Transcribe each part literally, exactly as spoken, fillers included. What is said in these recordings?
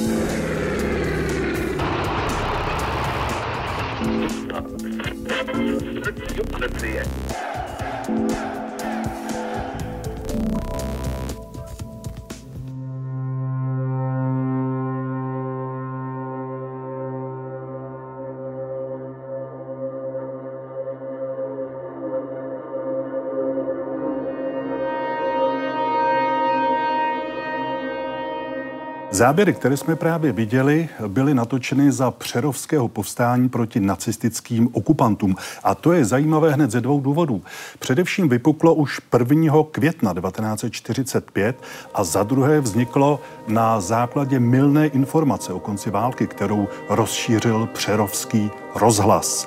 Záběry, které jsme právě viděli, byly natočeny za přerovského povstání proti nacistickým okupantům. A to je zajímavé hned ze dvou důvodů. Především vypuklo už prvního května devatenáct set čtyřicet pět a za druhé vzniklo na základě mylné informace o konci války, kterou rozšířil přerovský rozhlas.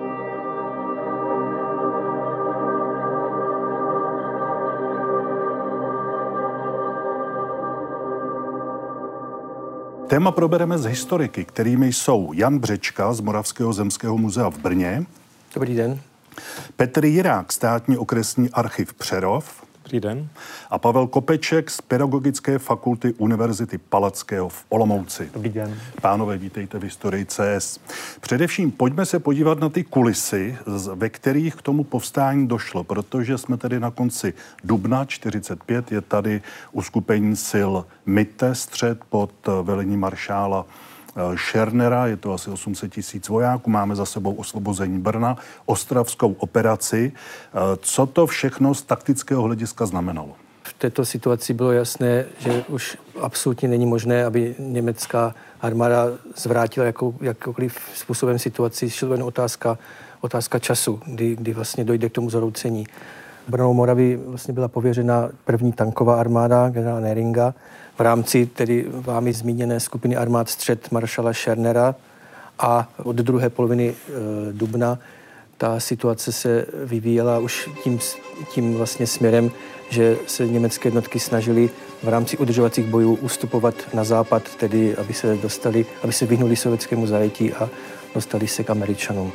Téma probereme s historiky, kterými jsou Jan Břečka z Moravského zemského muzea v Brně. Dobrý den. Petr Jirák, Státní okresní archiv Přerov. Dobrý den. A Pavel Kopeček z Pedagogické fakulty Univerzity Palackého v Olomouci. Dobrý den. Pánové, vítejte v Historii C S. Především pojďme se podívat na ty kulisy, ve kterých k tomu povstání došlo, protože jsme tedy na konci dubna čtyřicet pět, je tady uskupení sil Mitte, střed pod velením maršála Schörnera, je to asi osm set tisíc vojáků, máme za sebou osvobození Brna, ostravskou operaci. Co to všechno z taktického hlediska znamenalo? V této situaci bylo jasné, že už absolutně není možné, aby německá armáda zvrátila jakou, jakoukoliv způsobem situaci. Šlo jen otázka, otázka času, kdy, kdy vlastně dojde k tomu zhroucení. Brno Moravy vlastně byla pověřena první tanková armáda generála Neringa v rámci tedy vámi zmíněné skupiny armád střed maršala Schörnera a od druhé poloviny e, dubna ta situace se vyvíjela už tím, tím vlastně směrem, že se německé jednotky snažily v rámci udržovacích bojů ustupovat na západ, tedy aby se dostali, aby se vyhnuli sovětskému zajetí a dostali se k Američanům.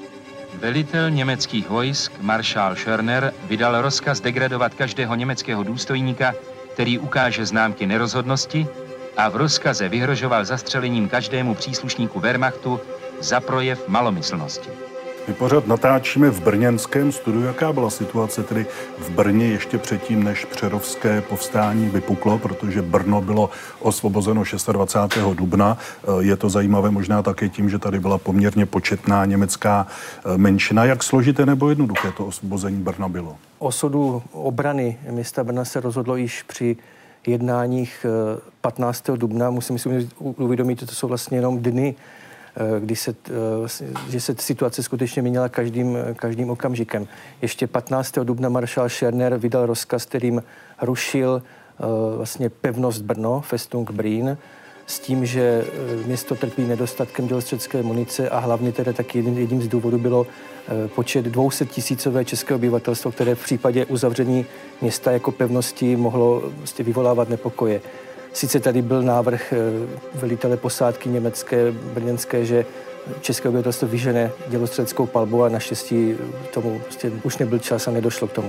Velitel německých vojsk, maršál Schörner, vydal rozkaz degradovat každého německého důstojníka, který ukáže známky nerozhodnosti, a v rozkaze vyhrožoval zastřelením každému příslušníku Wehrmachtu za projev malomyslnosti. My pořád natáčíme v brněnském studiu. Jaká byla situace tedy v Brně ještě předtím, než přerovské povstání vypuklo, protože Brno bylo osvobozeno dvacátého šestého dubna. Je to zajímavé možná také tím, že tady byla poměrně početná německá menšina. Jak složité nebo jednoduché to osvobození Brna bylo? Osudu obrany města Brna se rozhodlo již při jednáních patnáctého dubna. Musím si uvědomit, že to jsou vlastně jenom dny, kdy se, že se situace skutečně měnila každým, každým okamžikem. Ještě patnáctého dubna maršál Schörner vydal rozkaz, kterým rušil vlastně pevnost Brno, Festung Brünn, s tím, že město trpí nedostatkem dělostřelecké munice a hlavně tedy taky jedním, jedním z důvodů bylo počet dvě stě tisícové českého obyvatelstva, které v případě uzavření města jako pevnosti mohlo vlastně vyvolávat nepokoje. Sice tady byl návrh velitele posádky německé, brněnské, že české obyvatelstvo vyžene dělostřeleckou palbu a naštěstí tomu prostě už nebyl čas a nedošlo k tomu.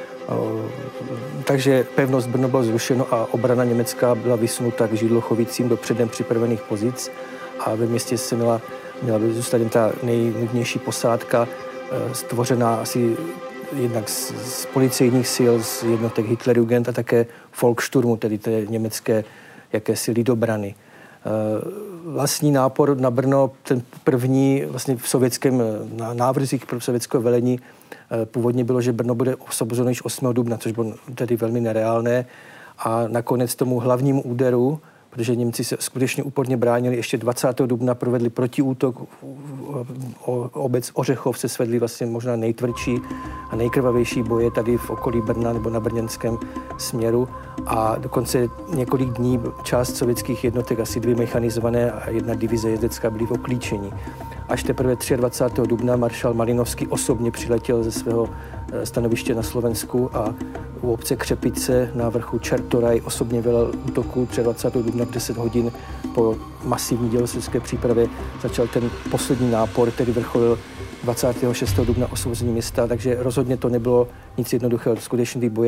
Takže pevnost Brno bylo zrušeno a obrana německá byla vysunuta k Židlochovicím do předem připravených pozic a ve městě se měla, měla zůstat jen ta nejnutnější posádka, stvořená asi jednak z, z policejních sil, z jednotek Hitlerjugend a také Volkssturmu, tedy té německé jakési lidobrany. Vlastní nápor na Brno, ten první vlastně v sovětském návrzích pro sovětského velení původně bylo, že Brno bude osvobozeno již osmého dubna, což bylo tedy velmi nereálné. A nakonec tomu hlavnímu úderu, protože Němci se skutečně úporně bránili, ještě dvacátého dubna provedli protiútok. Obec Ořechov se svedli vlastně možná nejtvrdší a nejkrvavější boje tady v okolí Brna nebo na brněnském směru. A dokonce několik dní část sovětských jednotek, asi dvě mechanizované a jedna divize jezdecká, byly v oklíčení. Až teprve dvacátého třetího dubna maršál Malinovský osobně přiletěl ze svého stanoviště na Slovensku a u obce Křepice na vrchu Čertoraj osobně velel útoku dvacátého třetího dubna v deset hodin po masivní dělostřelecké přípravě začal ten poslední nápor, který vrcholil dvacátého šestého dubna osvobození města, takže rozhodně to nebylo nic jednoduchého. Skutečně ty boje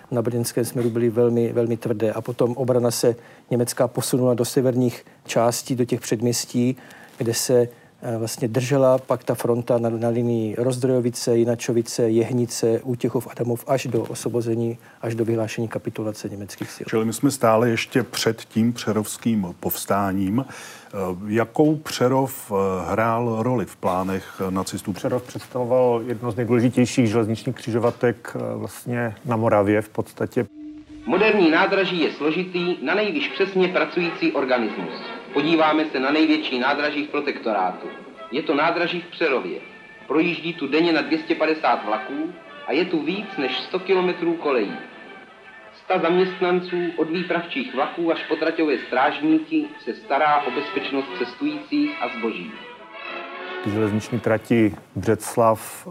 na brněnském směru byly velmi, velmi tvrdé. A potom obrana se německá posunula do severních částí, do těch předměstí, kde se vlastně držela pak ta fronta na, na linii Rozdrojovice, Jinačovice, Jehnice, Útěchov, Adamov až do osvobození, až do vyhlášení kapitulace německých sil. Čili my jsme stále ještě před tím přerovským povstáním. Jakou Přerov hrál roli v plánech nacistů? Přerov představoval jedno z nejdůležitějších železničních křižovatek vlastně na Moravě v podstatě. Moderní nádraží je složitý, na nejvíc přesně pracující organismus. Podíváme se na největší nádraží v protektorátu. Je to nádraží v Přerově. Projíždí tu denně na dvě stě padesát vlaků a je tu víc než sto kilometrů kolejí. Sta zaměstnanců od výpravčích vlaků až po traťové strážníky se stará o bezpečnost cestujících a zboží. Ty železniční trati Břeclav,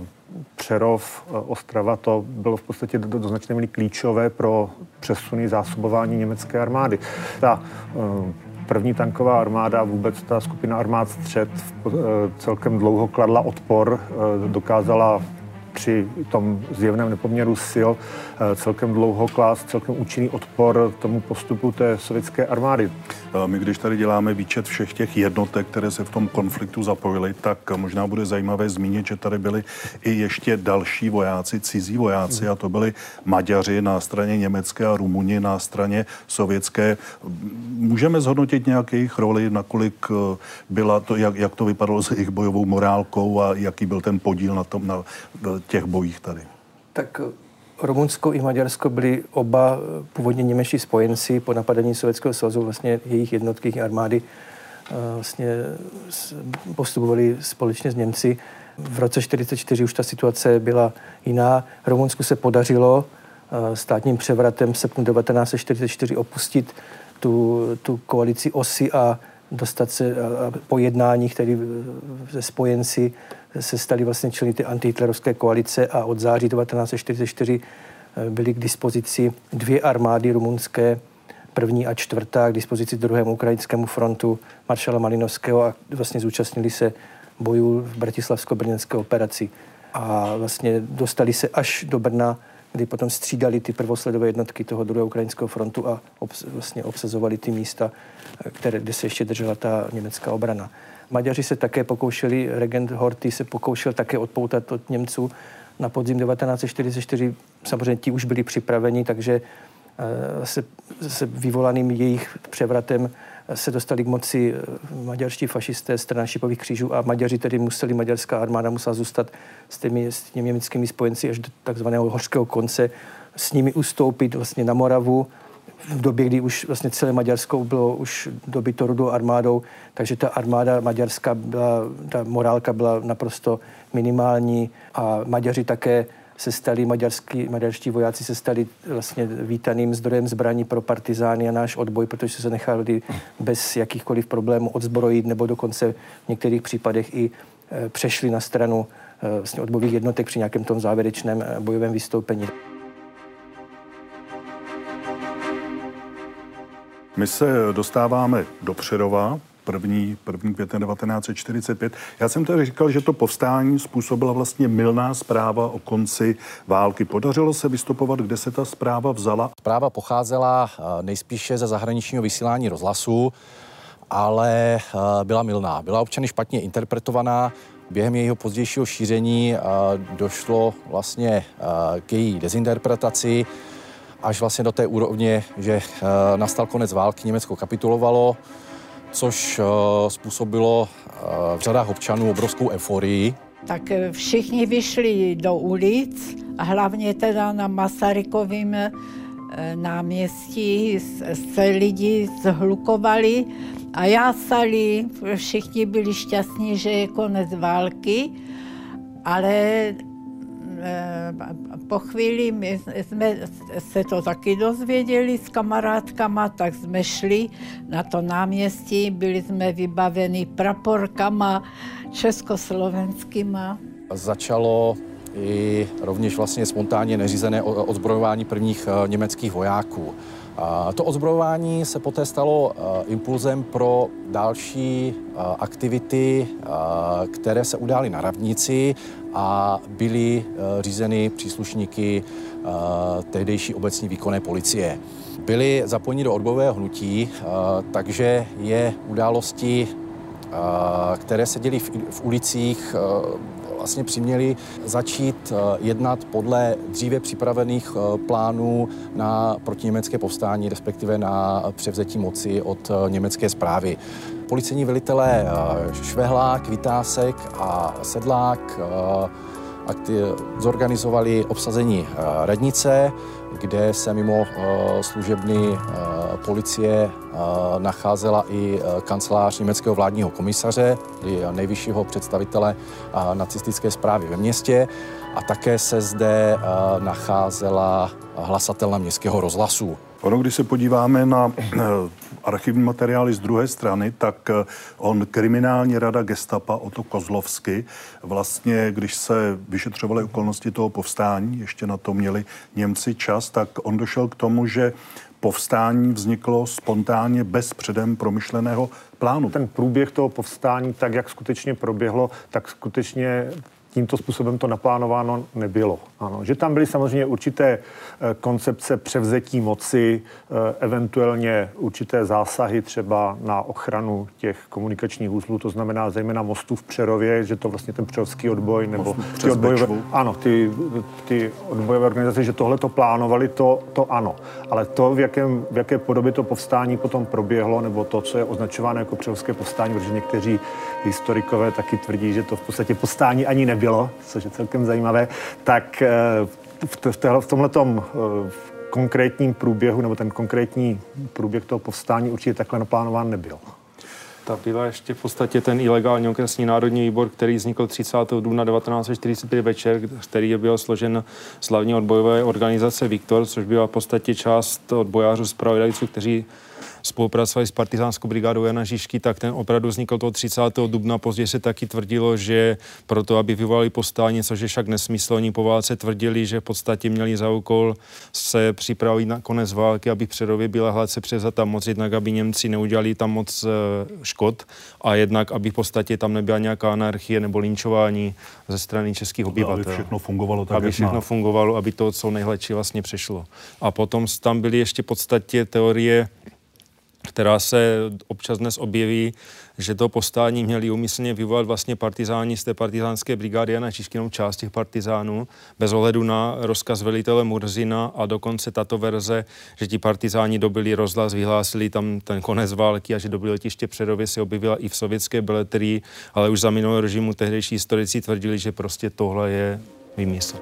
Přerov, Ostrava, to bylo v podstatě do, do značné míry klíčové pro přesuny zásobování německé armády. Ta první tanková armáda, vůbec ta skupina armád střed celkem dlouho kladla odpor, dokázala při tom zjevném nepoměru sil celkem dlouho klást celkem účinný odpor tomu postupu té sovětské armády. My, když tady děláme výčet všech těch jednotek, které se v tom konfliktu zapojily, tak možná bude zajímavé zmínit, že tady byli i ještě další vojáci, cizí vojáci, a to byli Maďaři na straně německé a Rumuni na straně sovětské. Můžeme zhodnotit nějaké jejich roli, nakolik byla to, jak, jak to vypadalo s jejich bojovou morálkou a jaký byl ten podíl na tom, na těch bojích tady? Tak Rumunsko i Maďarsko byli oba původně němečtí spojenci po napadení Sovětského svazu, vlastně jejich jednotky, jejich armády vlastně postupovali společně s Němci. V roce čtyřicet čtyři už ta situace byla jiná. Rumunsku se podařilo státním převratem v srpnu devatenáct set čtyřicet čtyři opustit tu, tu koalici osy a dostat se a po jednáních, tedy ze spojenci, se stali vlastně členy té antihitlerovské koalice a od září devatenáct set čtyřicet čtyři byly k dispozici dvě armády rumunské, první a čtvrtá, k dispozici druhému ukrajinskému frontu maršala Malinovského a vlastně zúčastnili se bojů v bratislavsko-brněnské operaci. A vlastně dostali se až do Brna, kdy potom střídali ty prvosledové jednotky toho druhého ukrajinského frontu a obs, vlastně obsazovali ty místa, které, kde se ještě držela ta německá obrana. Maďaři se také pokoušeli, regent Horthy se pokoušel také odpoutat od Němců na podzim devatenáct set čtyřicet čtyři. Samozřejmě ti už byli připraveni, takže se, se vyvolaným jejich převratem se dostali k moci maďarští fašisté, strana Šipových křížů a Maďaři tedy museli, maďarská armáda musela zůstat s těmi, s těmi německými spojenci až do takzvaného hořského konce, s nimi ustoupit vlastně na Moravu v době, kdy už vlastně celé Maďarsko bylo už dobyto Rudou armádou, takže ta armáda maďarská byla, ta morálka byla naprosto minimální a Maďaři také se stali, maďarský, maďarští vojáci se stali vlastně vítaným zdrojem zbraní pro partizány a náš odboj, protože se nechali bez jakýchkoliv problémů odzbrojit nebo dokonce v některých případech i e, přešli na stranu e, vlastně odbojových jednotek při nějakém tom závěrečném e, bojovém vystoupení. My se dostáváme do Přerova, první, první květen devatenáct set čtyřicet pět. Já jsem tady říkal, že to povstání způsobila vlastně mylná zpráva o konci války. Podařilo se vystupovat, kde se ta zpráva vzala? Zpráva pocházela nejspíše ze zahraničního vysílání rozhlasu, ale byla mylná. Byla občany špatně interpretovaná. Během jejího pozdějšího šíření došlo vlastně k její dezinterpretaci, až vlastně do té úrovně, že nastal konec války, Německo kapitulovalo, což způsobilo v řadách občanů obrovskou euforii. Tak všichni vyšli do ulic, a hlavně teda na Masarykovém náměstí se lidi zhlukovali a jásali, všichni byli šťastní, že je konec války, ale po chvíli my jsme se to taky dozvěděli s kamarádkama, tak jsme šli na to náměstí, byli jsme vybaveni praporkama československýma. Začalo i rovněž vlastně spontánně neřízené odzbrojování prvních německých vojáků. To odzbrojování se poté stalo impulzem pro další aktivity, které se udály na Radnici a byly řízeny příslušníky tehdejší obecní výkonné policie. Byli zapojeni do odbojového hnutí, takže je události, které se děly v ulicích, vlastně přiměli začít jednat podle dříve připravených plánů na protiněmecké povstání, respektive na převzetí moci od německé správy. Policejní velitelé Švehlák, Vytásek a Sedlák zorganizovali obsazení Radnice, kde se mimo služebny policie nacházela i kancelář německého vládního komisaře, nejvyššího představitele nacistické správy ve městě, a také se zde nacházela hlasatelna městského rozhlasu. Ono, když se podíváme na archivní materiály z druhé strany, tak on kriminální rada gestapa Otto Kozlovsky, vlastně, když se vyšetřovaly okolnosti toho povstání, ještě na to měli Němci čas, tak on došel k tomu, že povstání vzniklo spontánně bez předem promyšleného plánu. Ten průběh toho povstání, tak jak skutečně proběhlo, tak skutečně tímto způsobem to naplánováno nebylo. Ano, že tam byly samozřejmě určité koncepce převzetí moci, eventuálně určité zásahy třeba na ochranu těch komunikačních uzlů, to znamená zejména mostů v Přerově, že to vlastně ten přerovský odboj nebo ty odbojové, ano, ty, ty odbojové organizace, že tohle to plánovali, to, to ano. Ale to, v, jakém, v jaké podobě to povstání potom proběhlo, nebo to, co je označováno jako přerovské povstání, protože někteří historikové taky tvrdí, že to v podstatě povstání ani nebylo, bylo, což je celkem zajímavé, tak v, v tomhletom konkrétním průběhu, nebo ten konkrétní průběh toho povstání určitě takhle naplánován nebyl. Ta byla ještě v podstatě ten ilegální okresní národní výbor, který vznikl třicátého dubna devatenáct set čtyřicet pět večer, který byl složen z hlavní odbojové organizace Viktor, což byla v podstatě část odbojářů zpravodajců, kteří spolupracovali s partizánskou brigádou Jana Žižky, tak ten opravdu vznikl toho třicátého dubna. Později se taky tvrdilo, že proto, aby vyvolali povstání, což je však nesmysl. Oni po válce tvrdili, že v podstatě měli za úkol se připravit na konec války, aby v Přerově byla hladce převzata moc, jednak aby Němci neudělali tam moc škod a jednak, aby v podstatě tam nebyla nějaká anarchie nebo linčování ze strany českých obyvatel. Aby všechno fungovalo tak, aby všechno fungovalo, aby to co nejhladší vlastně přešlo. A potom tam byly ještě v podstatě teorie, která se občas dnes objeví, že to povstání měli úmyslně vyvolat vlastně partizáni z té partizánské brigády Jana Žižky, jenom část těch partizánů, bez ohledu na rozkaz velitele Murzina, a dokonce tato verze, že ti partizáni dobili rozhlas, vyhlásili tam ten konec války a že dobili letiště Přerově, se objevila i v sovětské beletrii, ale už za minulého režimu tehdejší historici tvrdili, že prostě tohle je výmysl.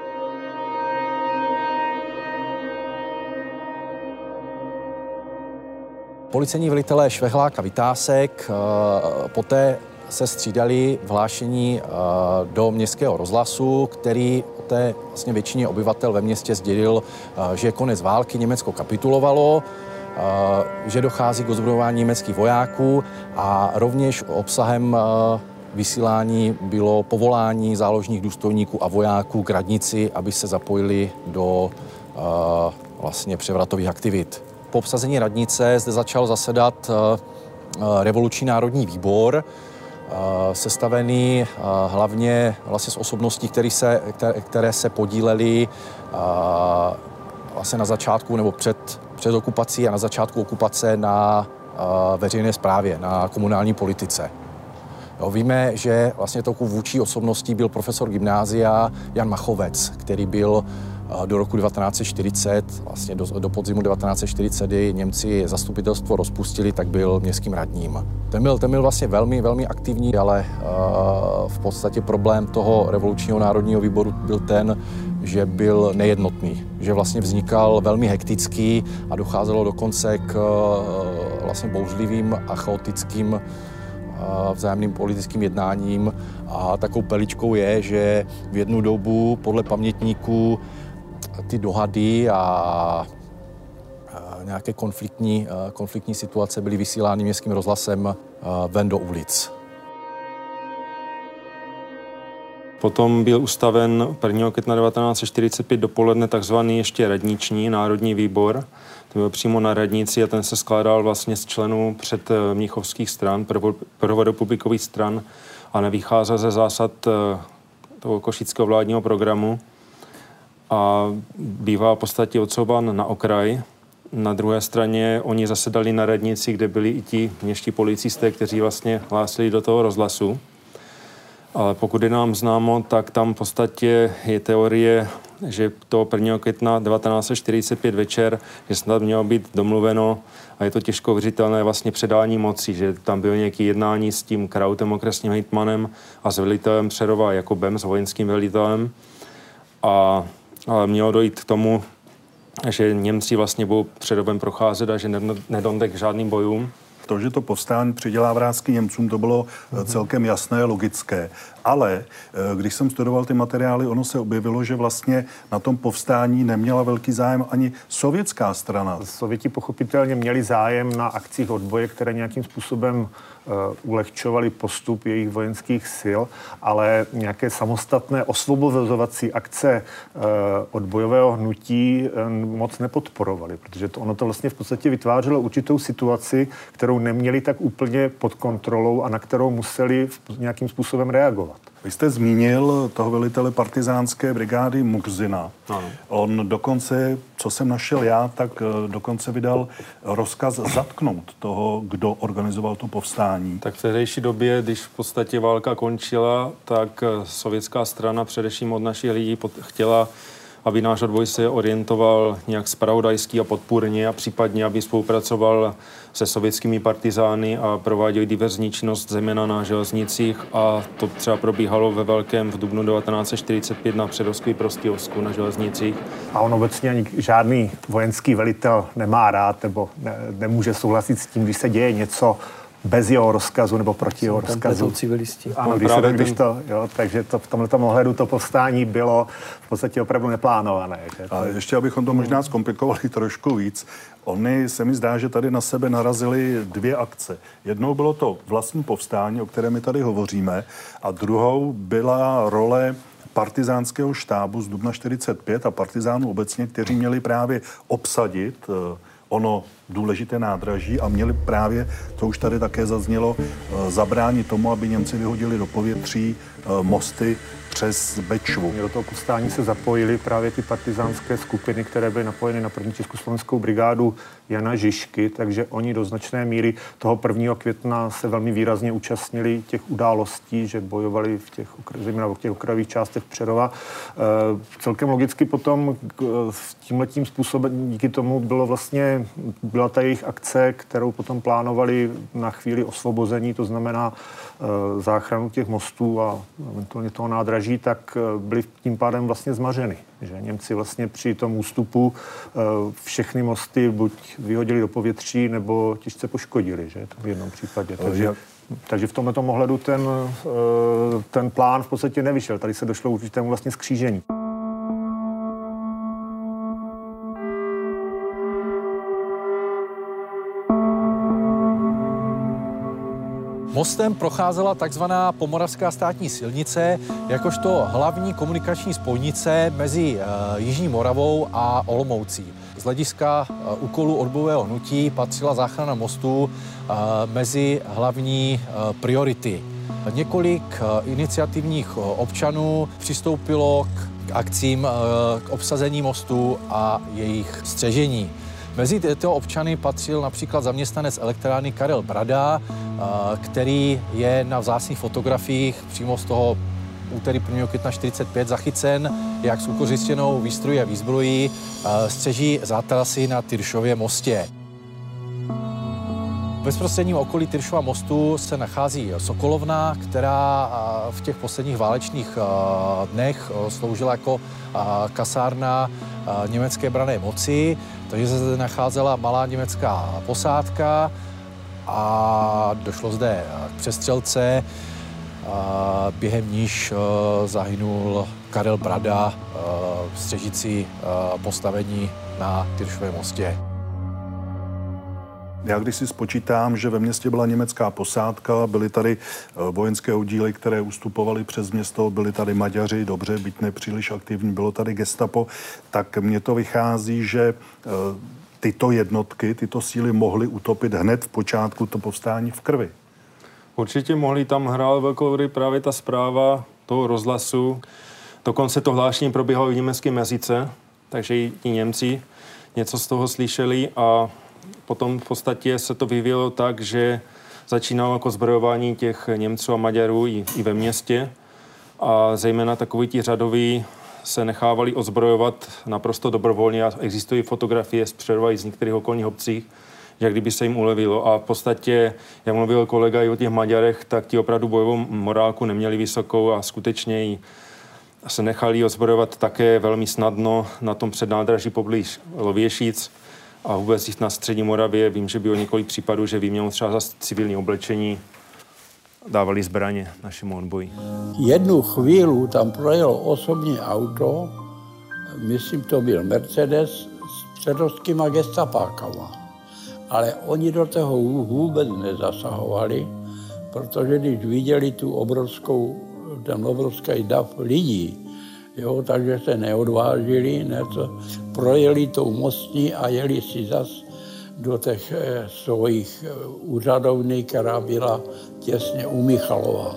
Policejní velitelé Švehlák a Vytásek poté se střídali v hlášení do městského rozhlasu, který té vlastně většině obyvatel ve městě sdělil, že je konec války, Německo kapitulovalo, že dochází k ozbrojování německých vojáků, a rovněž obsahem vysílání bylo povolání záložních důstojníků a vojáků k Radnici, aby se zapojili do vlastně převratových aktivit. Po obsazení Radnice zde začal zasedat revoluční národní výbor, sestavený hlavně vlastně z osobností, které se, které se podílely vlastně na začátku nebo před, před okupací a na začátku okupace na veřejné správě, na komunální politice. Jo, víme, že vlastně takovou vůdčí osobností byl profesor gymnázia Jan Machovec, který byl do roku devatenáct set čtyřicet, vlastně do, do podzimu devatenáct set čtyřicet, kdy Němci zastupitelstvo rozpustili, tak byl městským radním. Ten byl, ten byl vlastně velmi, velmi aktivní, ale uh, v podstatě problém toho revolučního národního výboru byl ten, že byl nejednotný, že vlastně vznikal velmi hektický a docházelo dokonce k uh, vlastně bouřlivým a chaotickým uh, vzájemným politickým jednáním. A takovou peličkou je, že v jednu dobu podle pamětníků ty dohady a nějaké konfliktní, konfliktní situace byly vysílány městským rozhlasem ven do ulic. Potom byl ustaven prvního května devatenáct set čtyřicet pět dopoledne takzvaný ještě radniční národní výbor. byl přímo na radnici a ten se skládal vlastně z členů před mnichovských stran, prvorepublikových stran a nevycházel ze zásad toho košického vládního programu a bývá v podstatě odsouvan na okraj. Na druhé straně oni zasedali na radnici, kde byli i ti městští policisté, kteří vlastně hlásili do toho rozhlasu. Ale pokud je nám známo, tak tam v podstatě je teorie, že toho prvního května devatenáct set čtyřicet pět večer, že snad mělo být domluveno, a je to těžko věřitelné, vlastně předání moci, že tam bylo nějaké jednání s tím Krautem, okresním hejtmanem a s velitelem Přerova Jakobem, s vojenským velitelem. A, ale mělo dojít k tomu, že Němci vlastně budou Přerovem procházet a že nedojde k žádným bojům. To, že to povstání přidělá vrásky Němcům, to bylo mm-hmm. celkem jasné, logické. Ale když jsem studoval ty materiály, ono se objevilo, že vlastně na tom povstání neměla velký zájem ani sovětská strana. Sověti pochopitelně měli zájem na akcích odboje, které nějakým způsobem uh, ulehčovaly postup jejich vojenských sil, ale nějaké samostatné osvobozovací akce uh, odbojového hnutí uh, moc nepodporovali, protože to, ono to vlastně v podstatě vytvářelo určitou situaci, kterou neměli tak úplně pod kontrolou a na kterou museli nějakým způsobem reagovat. Vy jste zmínil toho velitele partizánské brigády Murzina. Ano. On dokonce, co jsem našel já, tak dokonce vydal rozkaz zatknout toho, kdo organizoval to povstání. Tak v tehdejší době, když v podstatě válka končila, tak sovětská strana především od našich lidí chtěla, aby náš odboj se orientoval nějak zpravodajský a podpůrně a případně, aby spolupracoval se sovětskými partizány a prováděl diverzní činnost zejména na železnicích a to třeba probíhalo ve velkém v dubnu devatenáct set čtyřicet pět na Přerovsku i Prostějovsku na železnicích. A on obecně ani žádný vojenský velitel nemá rád nebo ne, nemůže souhlasit s tím, když se děje něco bez jeho rozkazu nebo proti jeho rozkazu. Civilisti. Ano, když se to, když to, jo, takže to, v tomto ohledu to povstání bylo v podstatě opravdu neplánované. Že? A ještě, abychom to možná zkomplikovali trošku víc, oni se mi zdá, že tady na sebe narazili dvě akce. Jednou bylo to vlastní povstání, o kterém my tady hovoříme, a druhou byla role partizánského štábu z dubna čtyřicet pět a partizánů obecně, kteří měli právě obsadit ono důležité nádraží a měli právě, to už tady také zaznělo, zabránit tomu, aby Němci vyhodili do povětří mosty přes Bečvu. Do toho povstání se zapojili právě ty partizánské skupiny, které byly napojeny na první československou brigádu Jana Žižky, takže oni do značné míry toho prvního května se velmi výrazně účastnili těch událostí, že bojovali v těch, zejména v těch okrajových částech Přerova. E, celkem logicky potom tímhletím způsobem díky tomu bylo vlastně, byla ta jejich akce, kterou potom plánovali na chvíli osvobození, to znamená e, záchranu těch mostů a eventuálně toho nádraží, tak byly tím pádem vlastně zmařeny. Že Němci vlastně při tom ústupu všechny mosty buď vyhodili do povětří, nebo těžce poškodili, že v jednom případě. Takže, takže v tomto ohledu ten, ten plán v podstatě nevyšel. Tady se došlo určitému vlastně skřížení. Mostem procházela takzvaná Pomoravská státní silnice, jakožto hlavní komunikační spojnice mezi uh, Jižní Moravou a Olomoucí. Z hlediska uh, úkolu odbojového hnutí patřila záchrana mostu uh, mezi hlavní uh, priority. Několik uh, iniciativních uh, občanů přistoupilo k, k akcím uh, k obsazení mostu a jejich střežení. Mezi tyto občany patřil například zaměstnanec elektrárny Karel Brada, který je na vzácných fotografiích přímo z toho úterý prvního května čtyřicet pět zachycen, jak s ukořistěnou výstrojí a výzbrojí střeží zátarasy na Tyršově mostě. V bezprostředním okolí Tyršova mostu se nachází Sokolovna, která v těch posledních válečných dnech sloužila jako kasárna německé branné moci, takže se zde nacházela malá německá posádka a došlo zde k přestřelce, během níž zahynul Karel Brada, střežící postavení na Tyršově mostě. Já když si spočítám, že ve městě byla německá posádka, byly tady vojenské oddíly, které ustupovaly přes město, byli tady Maďaři, dobře, byť nepříliš aktivní, bylo tady gestapo, tak mně to vychází, že tyto jednotky, tyto síly mohly utopit hned v počátku to povstání v krvi? Určitě mohli, tam hrál velkou roli právě ta zpráva toho rozhlasu. Dokonce to hlášení probíhalo v německém jazyce, takže i ti Němci něco z toho slyšeli a potom v podstatě se to vyvíjelo tak, že začínalo jako zbrojování těch Němců a Maďarů i, i ve městě a zejména takoví ti řadoví se nechávali ozbrojovat naprosto dobrovolně a existují fotografie z Přerova i z některých okolních obcí, že kdyby se jim ulevilo. A v podstatě, jak mluvil kolega i o těch Maďarech, tak ti opravdu bojovou morálku neměli vysokou a skutečně i se nechali ozbrojovat také velmi snadno na tom přednádraží poblíž Lověšic a vůbec jich na střední Moravě. Vím, že bylo několik případů, že výměnou třeba za civilní oblečení dávali zbraně našemu odboji. Jednu chvíli tam projelo osobní auto, myslím, to byl Mercedes s přerovskýma gestapákama. Ale oni do toho vůbec nezasahovali, protože když viděli tu obrovskou, ten obrovský dav lidí, jo, takže se neodvážili, ne, to, projeli tou mostní a jeli si zas do těch eh, svojich eh, úřadovny, která byla těsně u Michalova.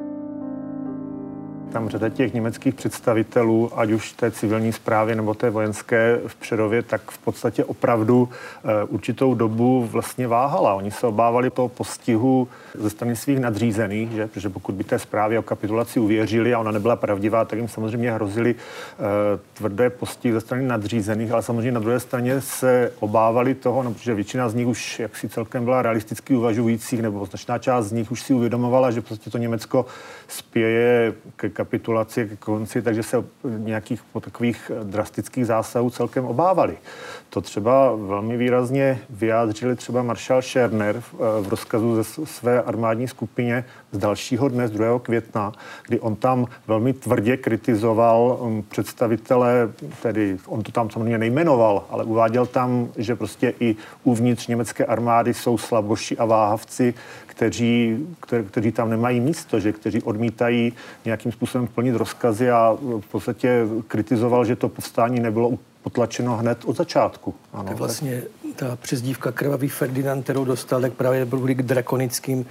Tam řada těch německých představitelů, ať už té civilní správy nebo té vojenské v Přerově, tak v podstatě opravdu e, určitou dobu vlastně váhala. Oni se obávali toho postihu ze strany svých nadřízených, že? Protože pokud by té zprávě o kapitulaci uvěřili a ona nebyla pravdivá, tak jim samozřejmě hrozily e, tvrdé postihy ze strany nadřízených, ale samozřejmě na druhé straně se obávali toho, no, protože většina z nich už jaksi celkem byla realisticky uvažujících, nebo značná část z nich už si uvědomovala, že prostě to Německo spěje k kapitulaci k konci, takže se nějakých takových drastických zásahů celkem obávali. To třeba velmi výrazně vyjádřili třeba maršál Schörner v rozkazu ze své armádní skupině z dalšího dne, z druhého května, kdy on tam velmi tvrdě kritizoval představitele, tedy on to tam samozřejmě nejmenoval, ale uváděl tam, že prostě i uvnitř německé armády jsou slaboši a váhavci, kteří, kter, kteří tam nemají místo, že kteří odmítají nějakým způsobem plnit rozkazy a v podstatě kritizoval, že to povstání nebylo potlačeno hned od začátku. Ano, tak vlastně ta přezdívka Krvavý Ferdinand, kterou dostal, tak právě byl k drakonickým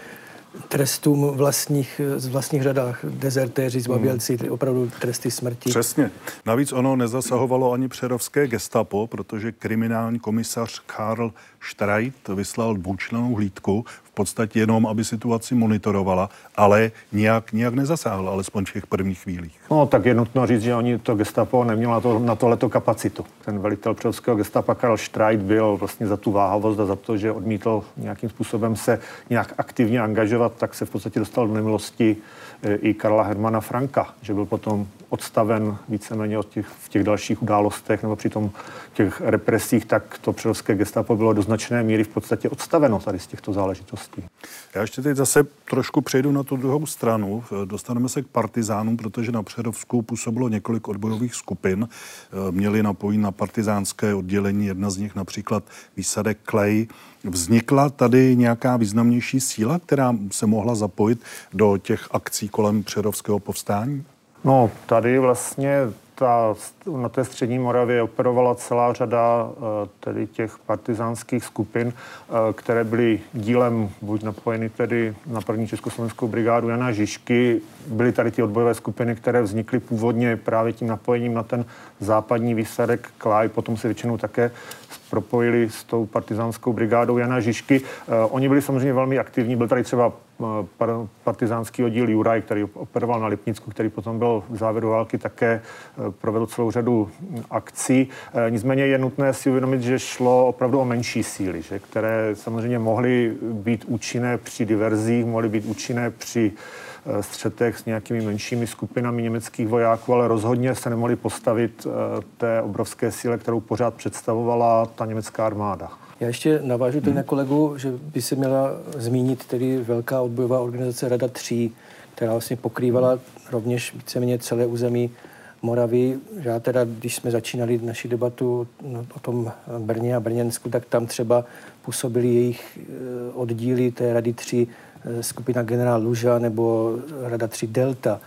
trestům vlastních, z vlastních řadách, dezertéři, zbabělci, hmm. opravdu tresty smrti. Přesně. Navíc ono nezasahovalo ani přerovské gestapo, protože kriminální komisař Karl Streit vyslal dvoučlennou hlídku v podstatě jenom, aby situaci monitorovala, ale nijak, nijak nezasáhl, alespoň v těch prvních chvílích. No, tak je nutno říct, že oni to gestapo nemělo na, to, na tohleto kapacitu. Ten velitel přerovského gestapa Karl Streit byl vlastně za tu váhavost a za to, že odmítl nějakým způsobem se nějak aktivně angažovat, tak se v podstatě dostal do nemilosti i Karla Hermana Franka, že byl potom odstaven víceméně od těch, v těch dalších událostech nebo při tom těch represích, tak to přerovské gestapo bylo do značné míry v podstatě odstaveno tady z těchto záležitostí. Já ještě teď zase trošku přejdu na tu druhou stranu. Dostaneme se k partizánům, protože na Přerovsku působilo několik odbojových skupin. Měli napojení na partizánské oddělení, jedna z nich například výsadek Klej. Vznikla tady nějaká významnější síla, která se mohla zapojit do těch akcí kolem Přerovského povstání? No, tady vlastně ta, na té střední Moravě operovala celá řada tedy těch partizánských skupin, které byly dílem buď napojeny tedy na první československou brigádu Jana Žižky. Byly tady ty odbojové skupiny, které vznikly původně právě tím napojením na ten západní výsadek Klaj, potom se většinou také propojili s tou partizánskou brigádou Jana Žižky. Oni byli samozřejmě velmi aktivní, byl tady třeba partizánský oddíl Juraj, který operoval na Lipnicku, který potom byl v závěru války také provedl celou řadu akcí. Nicméně je nutné si uvědomit, že šlo opravdu o menší síly, že, které samozřejmě mohly být účinné při diverzích, mohly být účinné při střetech s nějakými menšími skupinami německých vojáků, ale rozhodně se nemohli postavit té obrovské síle, kterou pořád představovala ta německá armáda. Já ještě navážu tady na kolegu, že by se měla zmínit tedy velká odbojová organizace Rada tří, která vlastně pokrývala rovněž víceméně celé území Moravy. Já teda, když jsme začínali naši debatu o tom Brně a Brněnsku, tak tam třeba působili jejich oddíly té Rady tří, skupina generál Luža nebo Rada tří Delta.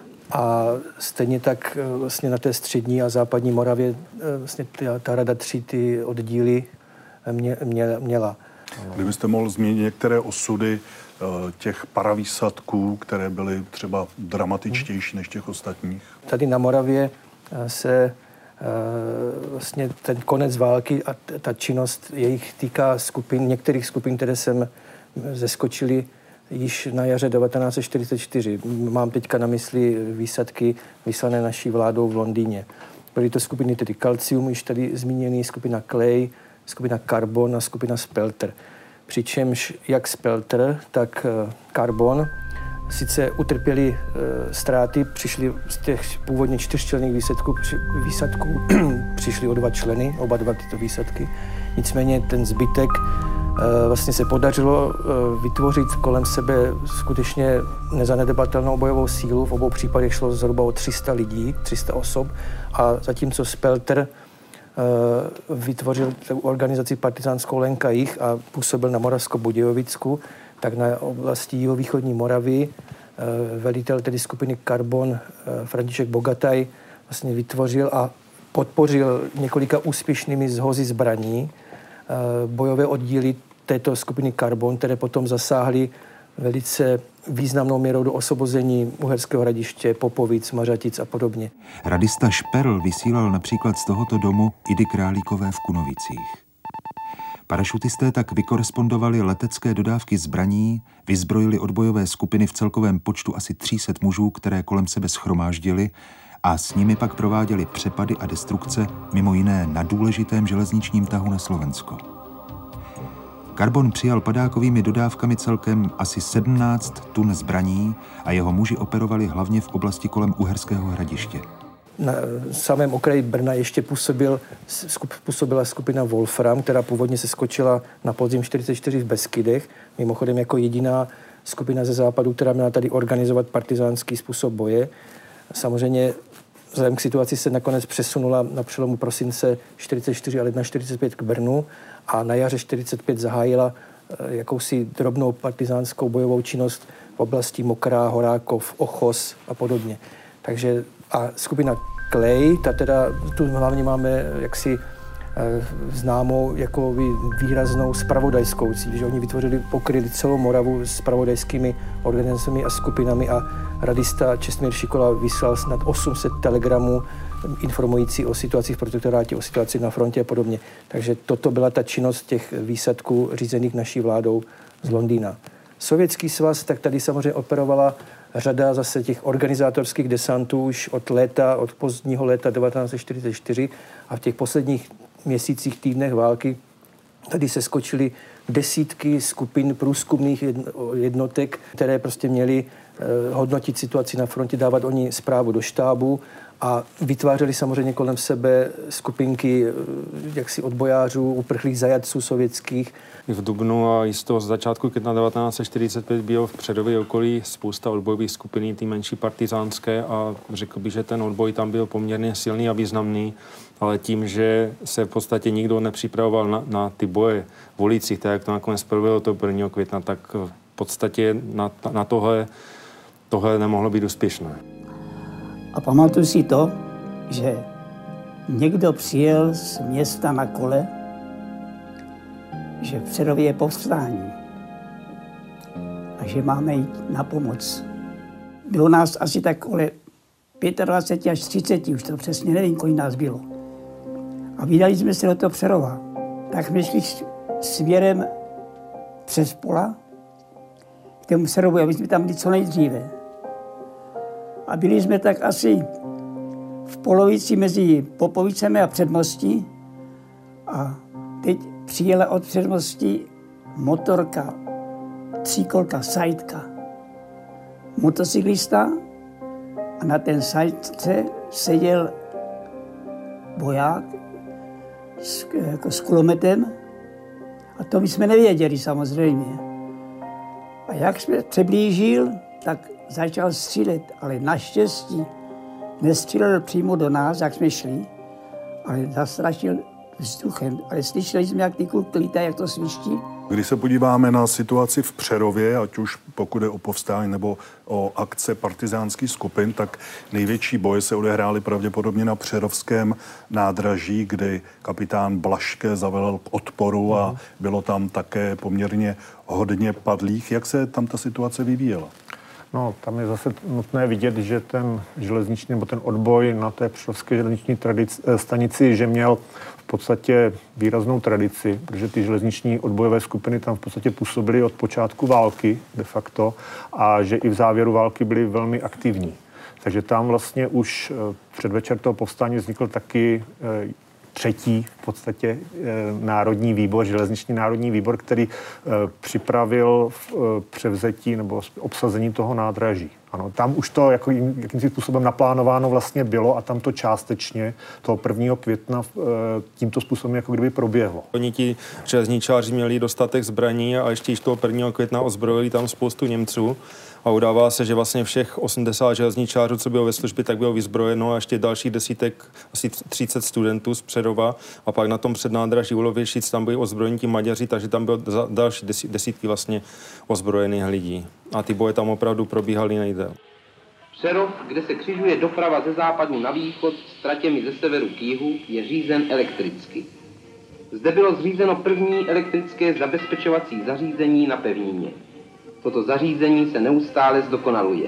A stejně tak vlastně na té střední a západní Moravě vlastně ta, ta Rada tří, ty oddíly mě, mě, měla. Kdybyste mohl zmínit některé osudy těch paravýsadků, které byly třeba dramatičtější než těch ostatních? Tady na Moravě se vlastně ten konec války a ta činnost jejich týká skupin, některých skupin, které sem zeskočily již na jaře devatenáct set čtyřicet čtyři. Mám teďka na mysli výsadky vyslané naší vládou v Londýně. Byly to skupiny tedy Calcium, již tady zmíněný, skupina Clay, skupina Carbon a skupina Spelter. Přičemž jak Spelter, tak Carbon sice utrpěli e, ztráty, přišli z těch původně čtyřčlenných výsadků, při, výsadků přišli o dva členy, oba dva tyto výsadky. Nicméně ten zbytek e, vlastně se podařilo e, vytvořit kolem sebe skutečně nezanedbatelnou bojovou sílu. V obou případech šlo zhruba o tři sta lidí, tři sta osob. A zatímco Spelter e, vytvořil organizaci partizánskou Lenka Jich a působil na Moravsko-Budějovicku, tak na oblasti jihovýchodní Moravy velitel tedy skupiny Carbon František Bogataj vlastně vytvořil a podpořil několika úspěšnými zhozy zbraní bojové oddíly této skupiny Carbon, které potom zasáhly velice významnou měrou do osvobození Uherského Hradiště, Popovic, Mařatic a podobně. Radista Šperl vysílal například z tohoto domu Idy Králíkové v Kunovicích. Parašutisté tak vykorespondovali letecké dodávky zbraní, vyzbrojili odbojové skupiny v celkovém počtu asi tři sta mužů, které kolem sebe shromáždili, a s nimi pak prováděli přepady a destrukce, mimo jiné na důležitém železničním tahu na Slovensko. Carbon přijal padákovými dodávkami celkem asi sedmnáct tun zbraní a jeho muži operovali hlavně v oblasti kolem Uherského Hradiště. Na samém okraji Brna ještě působil, skup, působila skupina Wolfram, která původně se skočila na podzim čtyřicet čtyři v Beskydech, mimochodem jako jediná skupina ze západu, která měla tady organizovat partizánský způsob boje. Samozřejmě vzhledem k situaci se nakonec přesunula na přelomu prosince čtyřicet čtyři a ledna čtyřicet pět k Brnu a na jaře čtyřicet pět zahájila jakousi drobnou partizánskou bojovou činnost v oblasti Mokrá, Horákov, Ochos a podobně. Takže a skupina Clay, ta teda, tu hlavně máme jaksi e, známou jako výraznou spravodajskou cíl, že oni vytvořili, pokryli celou Moravu s spravodajskými organizacemi a skupinami a radista Čestmír Šikola vyslal snad osm set telegramů informující o situaci v protektorátě, o situaci na frontě a podobně. Takže toto byla ta činnost těch výsadků řízených naší vládou z Londýna. Sovětský svaz, tak tady samozřejmě operovala řada zase těch organizátorských desantů už od léta, od pozdního léta devatenáct set čtyřicet čtyři a v těch posledních měsících, týdnech války tady se skočily desítky skupin průzkumných jednotek, které prostě měly eh, hodnotit situaci na frontě, dávat oni zprávu do štábu a vytvářeli samozřejmě kolem sebe skupinky jaksi odbojářů, uprchlých zajatců sovětských. V dubnu a i z toho z začátku května devatenáct set čtyřicet pět bylo v Přerově okolí spousta odbojových skupin, ty menší partizánské a řekl bych, že ten odboj tam byl poměrně silný a významný, ale tím, že se v podstatě nikdo nepřipravoval na, na ty boje v ulicích, tak jak to nakonec proběhlo toho prvního května, tak v podstatě na, na tohle, tohle nemohlo být úspěšné. A pamatuju si to, že někdo přijel z města na kole, že v Přerově je povstání a že máme jít na pomoc. Bylo nás asi tak kolem dvacet pět až třicet, už to přesně nevím, kolik nás bylo. A vydali jsme se do toho Přerova. Tak jsme šli směrem přes pola k tomu Přerovu, aby jsme tam byli co nejdříve. A byli jsme tak asi v polovici mezi Popovicemi a Předmostí a teď přijela od Předmostí motorka, tříkolka, sajtka, motocyklista a na ten sajtce seděl voják s, jako s kulometem a to my jsme nevěděli samozřejmě. A jak jsme přiblížil, tak začal střílet, ale naštěstí nestřílel přímo do nás, jak jsme šli, ale zastrašil vzduchem. Ale slyšeli jsme, jak ty kulky lítají, jak to sviští. Když se podíváme na situaci v Přerově, ať už pokud je o povstání nebo o akce partizánských skupin, tak největší boje se odehrály pravděpodobně na Přerovském nádraží, kdy kapitán Blaške zavelel k odporu a bylo tam také poměrně hodně padlých. Jak se tam ta situace vyvíjela? No, tam je zase nutné vidět, že ten železniční nebo ten odboj na té přerovské železniční tradici, stanici, že měl v podstatě výraznou tradici, protože ty železniční odbojové skupiny tam v podstatě působily od počátku války de facto a že i v závěru války byly velmi aktivní. Takže tam vlastně už předvečer toho povstání vznikl taky třetí v podstatě e, národní výbor, železniční národní výbor, který e, připravil e, převzetí nebo obsazení toho nádraží. Ano, tam už to jako jim, jakýmsi způsobem naplánováno vlastně bylo a tam to částečně toho prvního května e, tímto způsobem jako kdyby proběhlo. Oni ti železničáři měli dostatek zbraní a ještě již toho prvního května ozbrojili tam spoustu Němců. A udává se, že vlastně všech osmdesát železničářů, co bylo ve službě, tak bylo vyzbrojeno a ještě další desítek, asi třicet studentů z Přerova. A pak na tom přednádraží u Lověšic tam byli ozbrojení ti Maďaři, takže tam bylo další desítky vlastně ozbrojených lidí. A ty boje tam opravdu probíhaly nejdéle. Přerov, kde se křižuje doprava ze západu na východ s tratěmi ze severu k jihu, je řízen elektricky. Zde bylo zřízeno první elektrické zabezpečovací zařízení na pevnině. Toto zařízení se neustále zdokonaluje.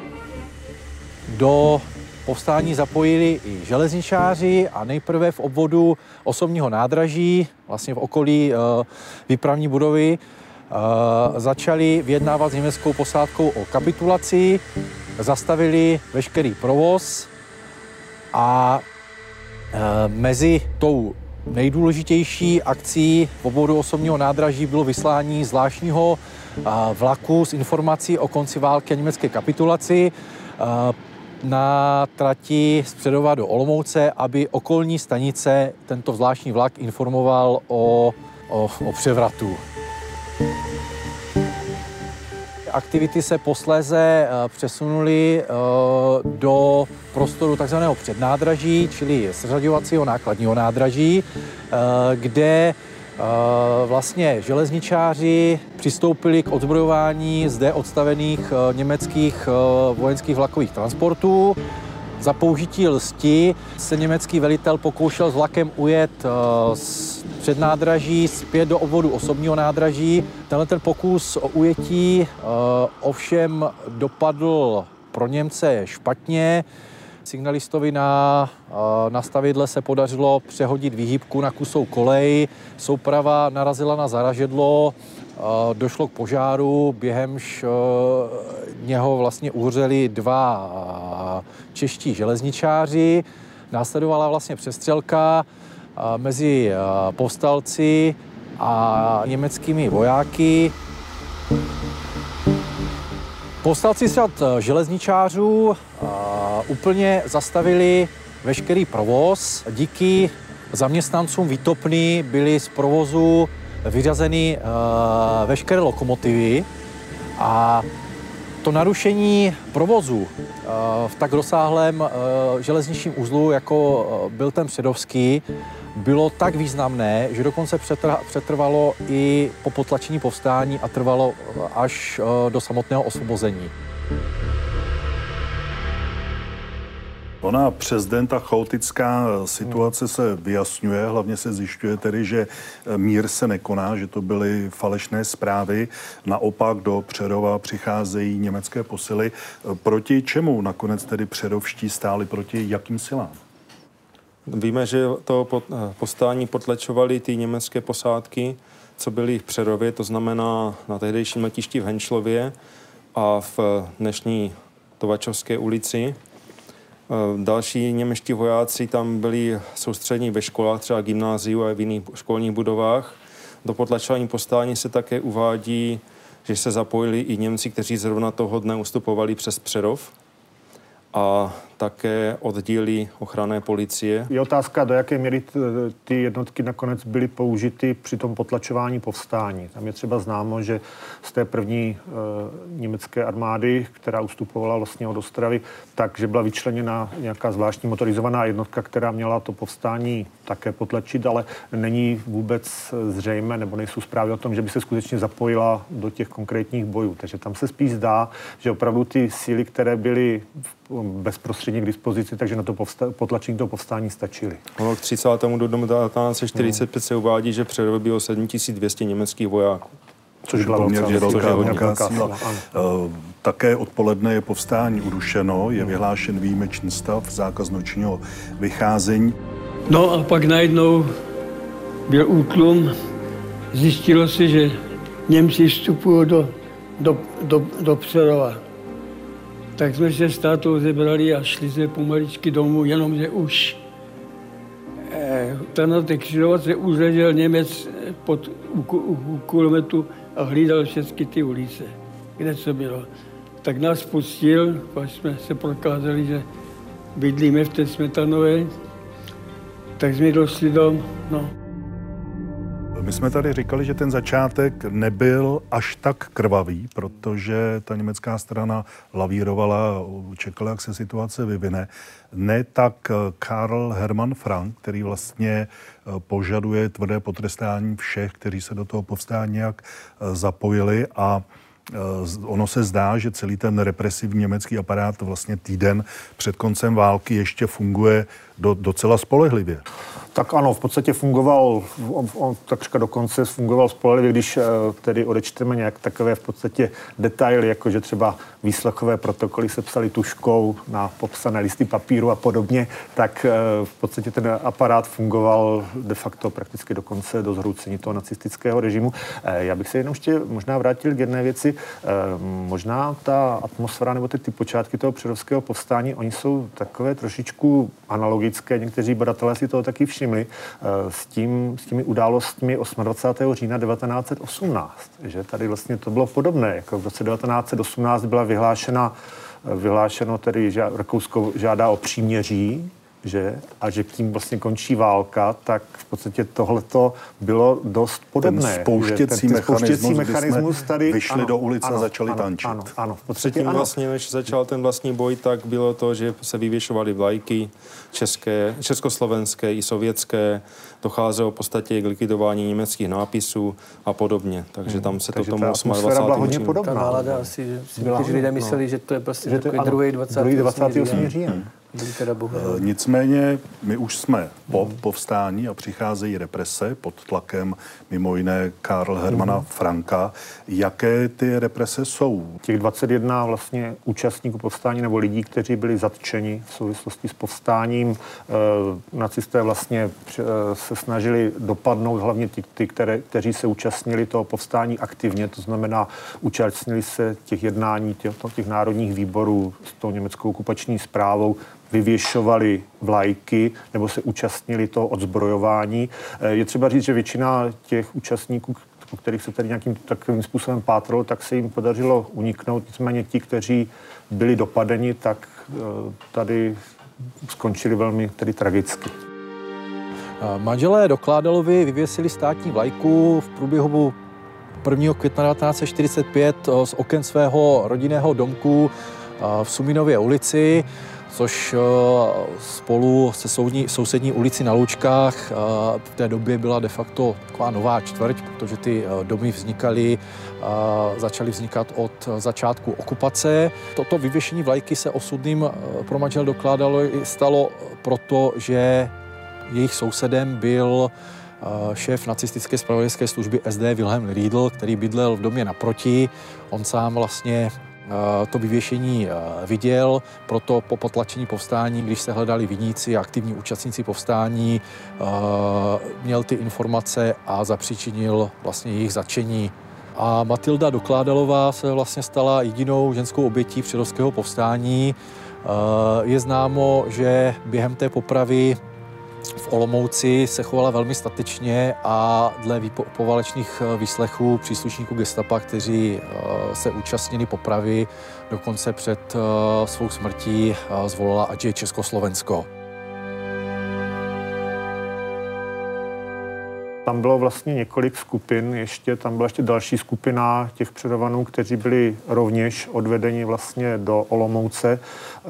Do povstání zapojili i železničáři a nejprve v obvodu osobního nádraží, vlastně v okolí e, výpravní budovy, e, začali vyjednávat s německou posádkou o kapitulaci, zastavili veškerý provoz a e, mezi tou nejdůležitější akcí v obvodu osobního nádraží bylo vyslání zvláštního vlaku s informací o konci války a německé kapitulaci na trati z Přerova do Olomouce, aby okolní stanice tento zvláštní vlak informoval o, o, o převratu. Aktivity se posléze přesunuly do prostoru takzvaného přednádraží, čili seřaďovacího nákladního nádraží, kde vlastně železničáři přistoupili k odzbrojování zde odstavených německých vojenských vlakových transportů. Za použití lsti se německý velitel pokoušel s vlakem ujet z přednádraží zpět do obvodu osobního nádraží. Tenhle ten pokus o ujetí ovšem dopadl pro Němce špatně. Signalistovi na, na stavidle se podařilo přehodit výhybku na kusou kolej. Souprava narazila na zaražedlo, došlo k požáru, běhemž něho vlastně uhořeli dva čeští železničáři. Následovala vlastně přestřelka mezi povstalci a německými vojáky. Povstalci z řad železničářů uh, úplně zastavili veškerý provoz. Díky zaměstnancům výtopny byly z provozu vyřazeny uh, veškeré lokomotivy a to narušení provozu uh, v tak rozsáhlém uh, železničním uzlu, jako uh, byl ten přerovský, bylo tak významné, že dokonce přetrvalo i po potlačení povstání a trvalo až do samotného osvobození. Ona přes den ta chaotická situace se vyjasňuje, hlavně se zjišťuje tedy, že mír se nekoná, že to byly falešné zprávy. Naopak do Přerova přicházejí německé posily. Proti čemu nakonec tedy přerovští stáli, proti jakým silám? Víme, že to povstání potlačovaly ty německé posádky, co byly v Přerově, to znamená na tehdejším letišti v Henšlově a v dnešní Tovačovské ulici. Další němečtí vojáci tam byli soustředěni ve školách, třeba gymnáziu a v jiných školních budovách. Do potlačování povstání se také uvádí, že se zapojili i Němci, kteří zrovna toho dne ustupovali přes Přerov. A také oddíly ochranné policie. Je otázka, do jaké míry ty jednotky nakonec byly použity při tom potlačování povstání. Tam je třeba známo, že z té první e, německé armády, která ustupovala vlastně od Ostravy, takže byla vyčleněna nějaká zvláštní motorizovaná jednotka, která měla to povstání také potlačit, ale není vůbec zřejmé, nebo nejsou zprávy o tom, že by se skutečně zapojila do těch konkrétních bojů. Takže tam se spíš zdá, že opravdu ty síly, které byly bezprostředně k dispozici, takže na to povsta- potlačení toho povstání stačily. No, k třicátému dubnu devatenáct set čtyřicet pět se uvádí, že přervě bylo sedm tisíc dvě stě německých vojáků. Což byla poměrně velká, velká síla. Také odpoledne je povstání udušeno, je vyhlášen výjimečný stav, zákaz nočního vycházení. No a pak najednou byl útlum, zjistilo se, že Němci vstupují do, do, do, do Přerova. Tak jsme se s tátou zebrali a šli jsme pomaličky domů, jenomže už eh, tam na té křižovatce uzležel Němec pod, u, u, u kulometu a hlídal všechny ty ulice, kde co bylo. Tak nás pustil, pak jsme se prokázali, že bydlíme v té Smetanové, tak jsme došli do, no. My jsme tady říkali, že ten začátek nebyl až tak krvavý, protože ta německá strana lavírovala, čekala, jak se situace vyvine. Ne tak Karl Hermann Frank, který vlastně požaduje tvrdé potrestání všech, kteří se do toho povstání nějak zapojili, a ono se zdá, že celý ten represivní německý aparát vlastně týden před koncem války ještě funguje do, docela spolehlivě. Tak ano, v podstatě fungoval, on, on takřka dokonce fungoval spolehlivě, když tedy odečteme nějak takové v podstatě detaily, jako že třeba výslechové protokoly se psaly tuškou na popsané listy papíru a podobně, tak v podstatě ten aparát fungoval de facto prakticky dokonce do zhroucení toho nacistického režimu. Já bych se jenom ještě možná vrátil k jedné věci. Možná ta atmosféra nebo ty, ty počátky toho přerovského povstání, oni jsou takové trošičku analogické, někteří badatelé si toho taky všimli, s, tím, s těmi událostmi dvacátého osmého října devatenáct set osmnáct. Že tady vlastně to bylo podobné, jako v roce devatenáct set osmnáct byla vyhlášena, vyhlášeno tedy, že Rakousko žádá o příměří, že, a že tím vlastně končí válka, tak v podstatě tohleto bylo dost podobné. Ten spouštěcí, ten, ten spouštěcí mechanismus tady vyšli ano, do ulice ano, a začali ano, tančit. Ano, ano, v podstatě ano. Ano. Vlastně, než začal ten vlastní boj, tak bylo to, že se vyvěšovaly vlajky české, československé i sovětské, docházelo v podstatě k likvidování německých nápisů a podobně. Takže tam se Takže to tomu atmosféra byla hodně podobná. Ta nálada asi, že si někteří lidé mysleli, že to je prostě že takový druhý dvacátý osmý říjen. Nicméně my už jsme po povstání a přicházejí represe pod tlakem mimo jiné Karl Hermana Franka. Jaké ty represe jsou? Těch dvacet jedna vlastně účastníků povstání nebo lidí, kteří byli zatčeni v souvislosti s povstáním. E, nacisté vlastně e, se snažili dopadnout hlavně ty, ty které, kteří se účastnili toho povstání aktivně, to znamená účastnili se těch jednání těch, těch národních výborů s tou německou okupační správou, vyvěšovali vlajky nebo se účastnili toho odzbrojování. Je třeba říct, že většina těch účastníků, po kterých se tady nějakým takovým způsobem pátralo, tak se jim podařilo uniknout. Nicméně ti, kteří byli dopadeni, tak tady skončili velmi tedy tragicky. Manželé Dokládalovi vyvěsili státní vlajku v průběhu prvního května devatenáct set čtyřicet pět z oken svého rodinného domku v Suminově ulici, což spolu se soudní, sousední ulici na Loučkách v té době byla de facto taková nová čtvrť, protože ty domy vznikaly, začaly vznikat od začátku okupace. Toto vyvěšení vlajky se osudným pro manžel Dokládalovi stalo proto, že jejich sousedem byl šéf nacistické zpravodajské služby S D Wilhelm Riedl, který bydlel v domě naproti. On sám vlastně to vyvěšení viděl, proto po potlačení povstání, když se hledali viníci a aktivní účastníci povstání, měl ty informace a zapříčinil vlastně jejich zatčení. A Matilda Dokládalová se vlastně stala jedinou ženskou obětí přerovského povstání. Je známo, že během té popravy v Olomouci se chovala velmi statečně a dle povalečných výslechů příslušníků gestapa, kteří se účastnili popravy, dokonce před svou smrtí zvolila, ať je Československo. Tam bylo vlastně několik skupin, ještě tam byla ještě další skupina těch Přerovanů, kteří byli rovněž odvedeni vlastně do Olomouce,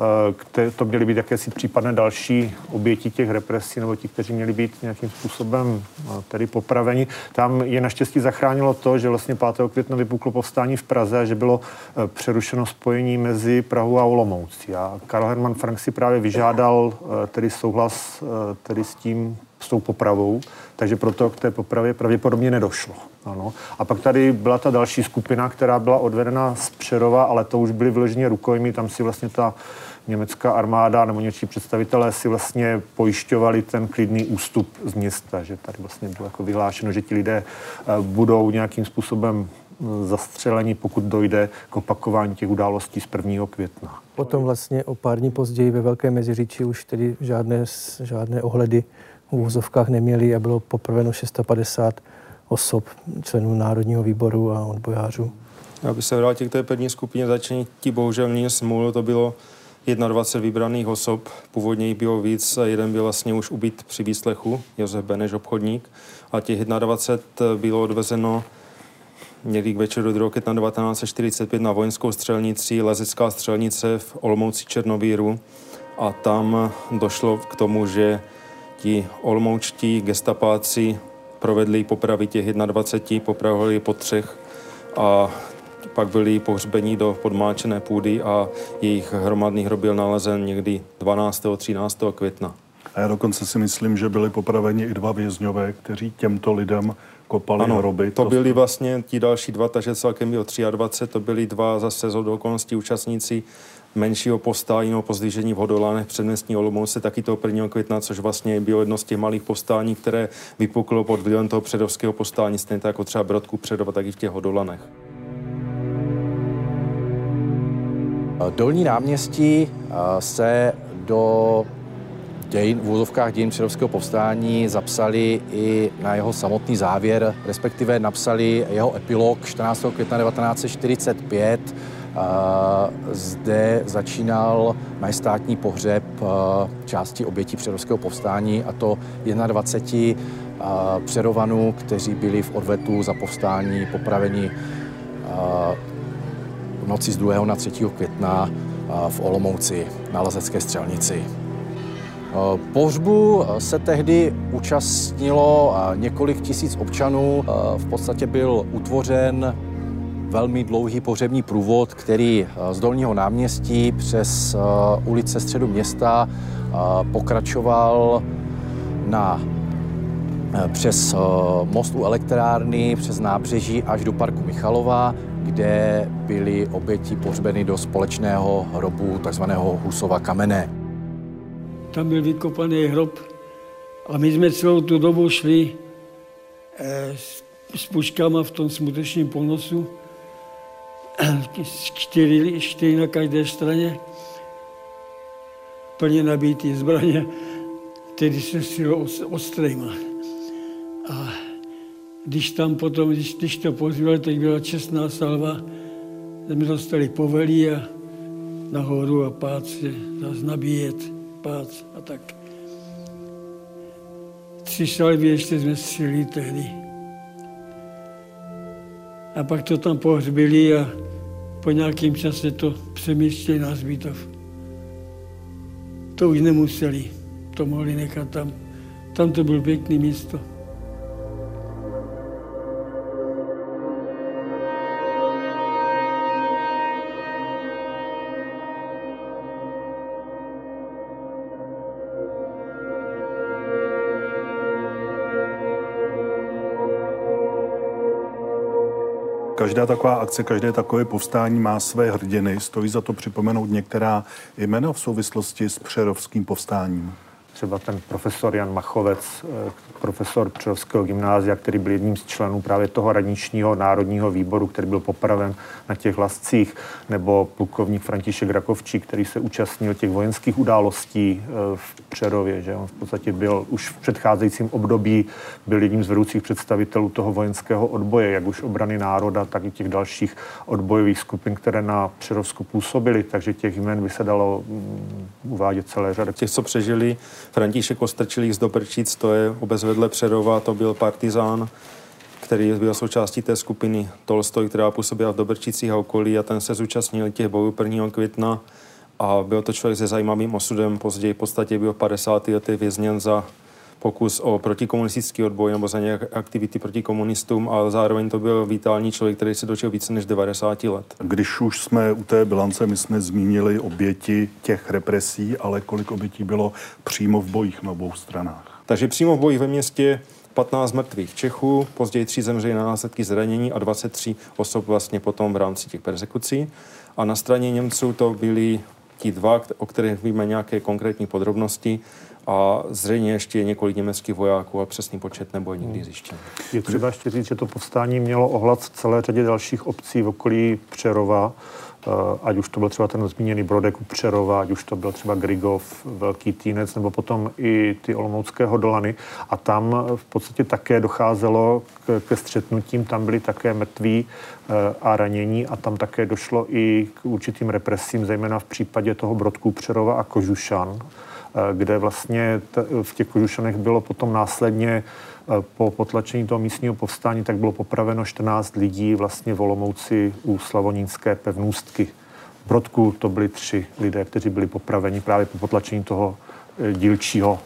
které to měly být jakési případné další oběti těch represí, nebo ti, kteří měli být nějakým způsobem tedy popraveni. Tam je naštěstí zachránilo to, že vlastně pátého května vypuklo povstání v Praze a že bylo přerušeno spojení mezi Prahou a Olomoucí. A Karl Hermann Frank si právě vyžádal tedy souhlas tedy s tím, s tou popravou, takže proto k té popravě pravděpodobně nedošlo. Ano. A pak tady byla ta další skupina, která byla odvedena z Přerova, ale to už byly vyloženě rukojmí, tam si vlastně ta německá armáda nebo němečtí představitelé si vlastně pojišťovali ten klidný ústup z města, že tady vlastně bylo jako vyhlášeno, že ti lidé budou nějakým způsobem zastřelení, pokud dojde k opakování těch událostí z prvního května. Potom vlastně o pár dní později ve Velké Meziříčí už tedy žádné, žádné ohledy v úvozovkách neměli a bylo popraveno šest set padesát osob, členů Národního výboru a odbojářů. Já bych se vrátil k té první skupině začátí, bohužel mě smůlu, to bylo dvacet jedna vybraných osob, původně jich bylo víc, jeden byl vlastně už ubit při výslechu, Josef Beneš, obchodník, a těch dvacet jedna bylo odvezeno někdy k večeru druhého května devatenáct set čtyřicet pět na vojenskou střelnici, lezecká střelnice v Olomouci Černovíru, a tam došlo k tomu, že ti olomoučtí gestapáci provedli popravy těch dvacet jedna, popravili po třech a pak byli pohřbeni do podmáčené půdy a jejich hromadný hrob byl nalezen někdy dvanáctého třináctého května. A já dokonce si myslím, že byli popraveni i dva vězňové, kteří těmto lidem kopali ano, hroby. To byli vlastně ti další dva, takže celkem bylo dvacet tři, to byli dva zase z okolností účastníci menšího povstání nebo pozdvižení v Hodolánech předměstní Olomouce, taky toho prvního května, což vlastně bylo jedno z těch malých povstání, které vypuklo pod vlivem toho předovského povstání, stejně tak jako třeba Brodku Předova, tak i v těch Hodolanech. Dolní náměstí se do dějin, v úzovkách dějin předovského povstání zapsali i na jeho samotný závěr, respektive napsali jeho epilog čtrnáctého května devatenáct set čtyřicet pět. Zde začínal majestátní pohřeb části obětí předovského povstání, a to dvacet jedna Přerovanů, kteří byli v odvetu za povstání popraveni v noci z druhého na třetího května v Olomouci na lezecké střelnici. Pohřbu se tehdy účastnilo několik tisíc občanů. V podstatě byl utvořen velmi dlouhý pohřební průvod, který z Dolního náměstí přes ulice středu města pokračoval na, přes most u elektrárny, přes nábřeží až do parku Michalova, kde byly oběti pohřbeny do společného hrobu, takzvaného Husova kamene. Tam byl vykopaný hrob a my jsme celou tu dobu šli s, s puškama v tom smutečním ponosu, čtyři, čtyři na každé straně, plně nabitý zbraně, který se střelilo ostrejma. A když tam potom, když, když to pozvěl, tak byla čestná salva, jsme dostali povelí a nahoru a pát se nás nabíjet, pát a tak. Tři salvy ještě jsme střelili tehdy. A pak to tam pohřbili a po nějakém čase to přemístili na hřbitov. To už nemuseli, to mohli nechat tam. Tam to bylo pěkné místo. Každá taková akce, každé takové povstání má své hrdiny. Stojí za to připomenout některá jména v souvislosti s přerovským povstáním. třeba ten profesor Jan Machovec, profesor Přerovského gymnázia, který byl jedním z členů právě toho radničního národního výboru, který byl popraven na těch Lascích, nebo plukovník František Rakovčík, který se účastnil těch vojenských událostí v Přerově, že on v podstatě byl už v předcházejícím období byl jedním z vedoucích představitelů toho vojenského odboje, jak už obrany národa, tak i těch dalších odbojových skupin, které na Přerovsku působily, takže těch jmen by se dalo um, uvádět celé řady. Těch, co přežili, František Ostrčilík z Dobrčic, to je obec vedle Přerova, to byl partizán, který byl součástí té skupiny Tolstoj, která působila v Dobrčicích a okolí, a ten se zúčastnil těch bojů prvního května a byl to člověk se zajímavým osudem. Později v podstatě byl v padesátých letech vězněn za pokus o protikomunistický odboj nebo za nějaké aktivity proti komunistům, ale zároveň to byl vitální člověk, který se dočil více než devadesát let. Když už jsme u té bilance, my jsme zmínili oběti těch represí, ale kolik obětí bylo přímo v bojích na obou stranách? Takže přímo v bojích ve městě patnáct mrtvých Čechů, později tři zemřeli na následky zranění a dvacet tři osob vlastně potom v rámci těch persekucí. A na straně Němců to byli ti dva, o kterých víme nějaké konkrétní podrobnosti, a zřejmě ještě několik německých vojáků a přesný počet nebo nikdy zjištěn. Je třeba ještě říct, že to povstání mělo ohlad v celé řadě dalších obcí v okolí Přerova, ať už to byl třeba ten zmíněný Brodek u Přerova, ať už to byl třeba Grigov, Velký Týnec, nebo potom i ty olomoucké Hodolany. A tam v podstatě také docházelo k, ke střetnutím, tam byli také mrtví a ranění a tam také došlo i k určitým represím, zejména v případě toho Brodku Přerova a Kožušan, kde vlastně v těch Kožušanech bylo potom následně po potlačení toho místního povstání, tak bylo popraveno čtrnáct lidí vlastně v Olomouci u Slavonínské pevnůstky. V Brodku to byli tři lidé, kteří byli popraveni právě po potlačení toho dílčího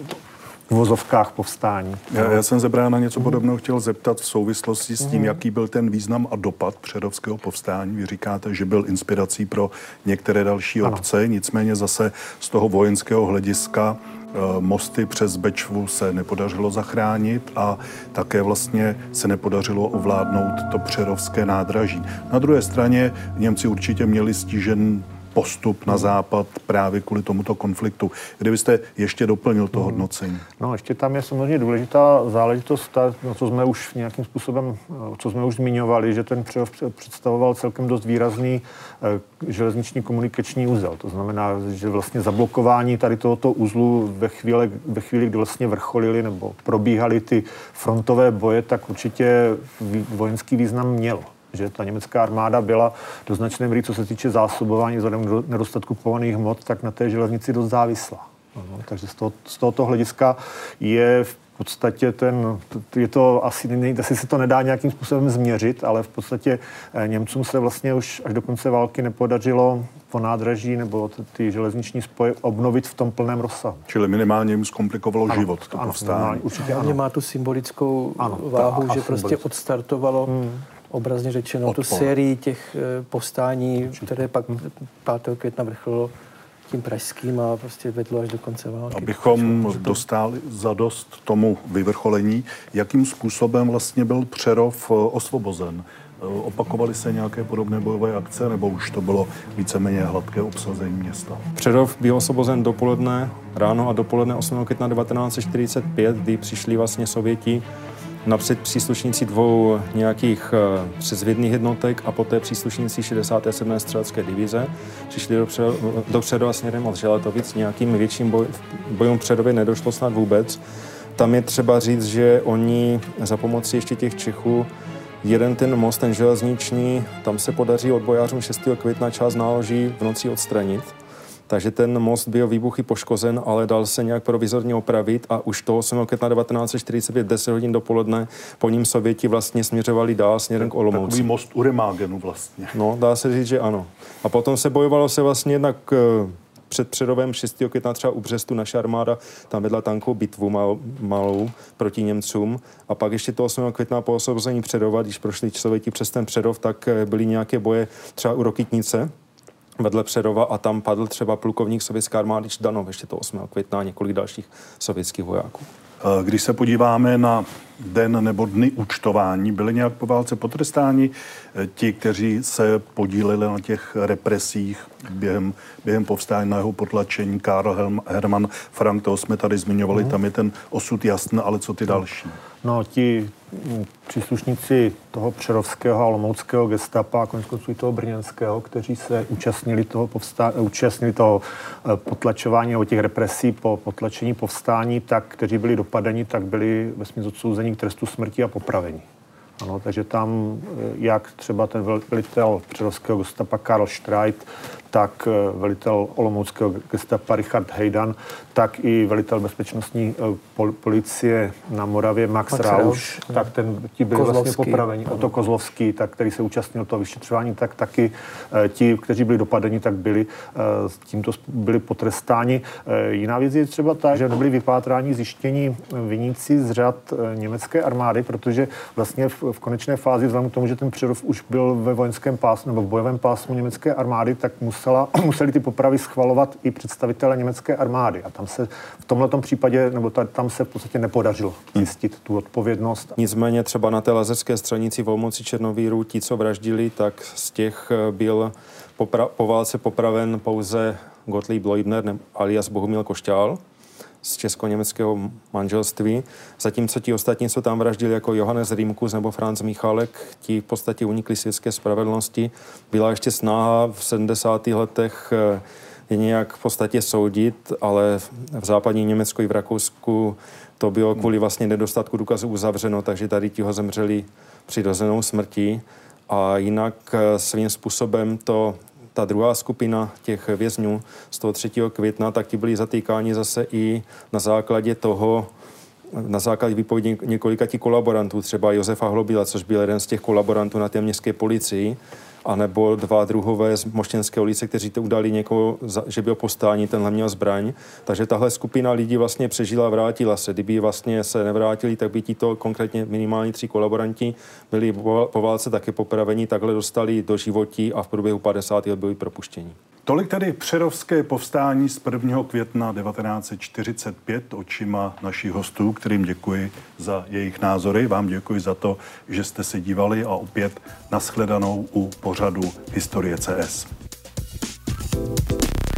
v vozovkách povstání. Já, já jsem se právě na něco podobného chtěl zeptat v souvislosti s tím, jaký byl ten význam a dopad Přerovského povstání. Vy říkáte, že byl inspirací pro některé další obce, ano. Nicméně zase z toho vojenského hlediska mosty přes Bečvu se nepodařilo zachránit a také vlastně se nepodařilo ovládnout to přerovské nádraží. Na druhé straně Němci určitě měli stížen postup na západ právě kvůli tomuto konfliktu. Kdybyste ještě doplnil to hodnocení. No, ještě tam je samozřejmě důležitá záležitost, ta, no, co jsme už nějakým způsobem, co jsme už zmiňovali, že ten Přerov představoval celkem dost výrazný eh, železniční komunikační úzel. To znamená, že vlastně zablokování tady tohoto uzlu ve chvíli, ve chvíli, kdy vlastně vrcholily nebo probíhaly ty frontové boje, tak určitě vojenský význam mělo. Že ta německá armáda byla do značné míry, co se týče zásobování vzhledem k nedostatku pohonných hmot, tak na té železnici dost závislá. No, takže z, toho, z tohoto hlediska je v podstatě ten, je to asi, ne, asi se to nedá nějakým způsobem změřit, ale v podstatě Němcům se vlastně už až do konce války nepodařilo po nádraží nebo ty železniční spoje obnovit v tom plném rozsahu. Čili minimálně jim zkomplikovalo ano, život to ano, povstání. Určitě ano. Má tu symbolickou ano, váhu, ta, že prostě odstartovalo hmm. obrazně řečeno Odpor. tu sérii těch povstání, Určitě. které pak pátého května vrcholilo tím pražským a prostě vedlo až do konce války. Abychom dostali zadost tomu vyvrcholení, jakým způsobem vlastně byl Přerov osvobozen? Opakovaly se nějaké podobné bojové akce, nebo už to bylo víceméně hladké obsazení města? Přerov byl osvobozen dopoledne, ráno a dopoledne osmého května devatenáct set čtyřicet pět, kdy přišli vlastně Sověti, napřed příslušníci dvou nějakých uh, přezvědných jednotek a poté příslušníci šedesáté sedmé střelecké divize. Přišli do, Přerova, do Přerova směrem od Želetovic. Nějakým větším boj, bojům v Přerově nedošlo snad vůbec. Tam je třeba říct, že oni za pomoci ještě těch Čechů jeden ten most, ten železniční, tam se podaří odbojářům šestého května část náloží v noci odstranit. Takže ten most byl výbuchy poškozen, ale dal se nějak provizorně opravit a už toho osmého května devatenáct set čtyřicet pět, deset hodin dopoledne, po ním Sověti vlastně směřovali dál směrem k Olomouci. Takový most u Remágenu vlastně. No, dá se říct, že ano. A potom se bojovalo se vlastně jednak před Přerovem šestého května třeba u Břestu naše armáda tam vedla tankovou bitvu mal, malou proti Němcům a pak ještě to osmého května po osvobození Přerova, když prošli Sověti přes ten Přerov, tak byly nějaké boje třeba u Rokytnice vedle Přerova a tam padl třeba plukovník sovětské armády Ždanov ještě to osmého května a několik dalších sovětských vojáků. Když se podíváme na den nebo dny účtování, byli nějak po válce potrestáni ti, kteří se podíleli na těch represích během, během povstání, na jeho potlačení? Karl Hermann Frank, toho jsme tady zmiňovali, mm. tam je ten osud jasný, ale co ty další? No, ti příslušníci toho přerovského a olomouckého gestapa a koneckonců toho brněnského, kteří se účastnili toho, povstá, účastnili toho potlačování nebo těch represí po potlačení povstání, tak kteří byli dopadeni, tak byli vesměs odsouzeni k trestu smrti a popraveni. Ano, takže tam jak třeba ten velitel přerovského gestapa Karl Streit, tak velitel olomouckého gestapa Richard Hejdan, tak i velitel bezpečnostní policie na Moravě Max, Max Rausch, tak ten, ti byli Kozlovský. Vlastně popraveni. Oto Kozlovský, tak, který se účastnil toho vyšetřování, tak taky ti, kteří byli dopadeni, tak byli tímto byli potrestáni. Jiná věc je třeba ta, že nebyli vypátráni zjištění viníci z řad německé armády, protože vlastně v, v konečné fázi, vzhledem k tomu, že ten Přerov už byl ve vojenském pásmu nebo v bojovém pásmu německé armády, tak musela, museli ty popravy schvalovat i představitelé německé armády. A tam se v tomhletom případě, nebo ta, tam se v podstatě nepodařilo zjistit tu odpovědnost. Nicméně třeba na té lazerské střelnici v Olomouci Černovíru, ti, co vraždili, tak z těch byl popra- po válce popraven pouze Gottlieb Leutner alias Bohumil Košťál z česko-německého manželství, zatímco ti ostatní, co tam vraždili, jako Johannes Rýmkus nebo Franz Michalek, ti v podstatě unikli světské spravedlnosti. Byla ještě snaha v sedmdesátých letech je nějak v podstatě soudit, ale v západní Německu i v Rakousku to bylo kvůli vlastně nedostatku důkazů uzavřeno, takže tady ti ho zemřeli přirozenou smrtí. A jinak svým způsobem to ta druhá skupina těch vězňů z toho třetího května, tak ti byli zatýkáni zase i na základě toho, na základě výpovědi několika ti kolaborantů, třeba Josefa Hlobila, což byl jeden z těch kolaborantů na té městské policii, anebo dva druhové z Moštěnské ulice, kteří to udali někoho, že byl povstání, tenhle měl zbraň. Takže tahle skupina lidí vlastně přežila a vrátila se. Kdyby vlastně se nevrátili, tak by tito konkrétně minimálně tři kolaboranti byli po válce taky popraveni, takhle dostali do životí a v průběhu padesátých let byli propuštěni. Tolik tedy přerovské povstání z prvního května devatenáct set čtyřicet pět očima našich hostů, kterým děkuji za jejich názory. Vám děkuji za to, že jste se dívali a opět nashledanou u pořadu Historie C S.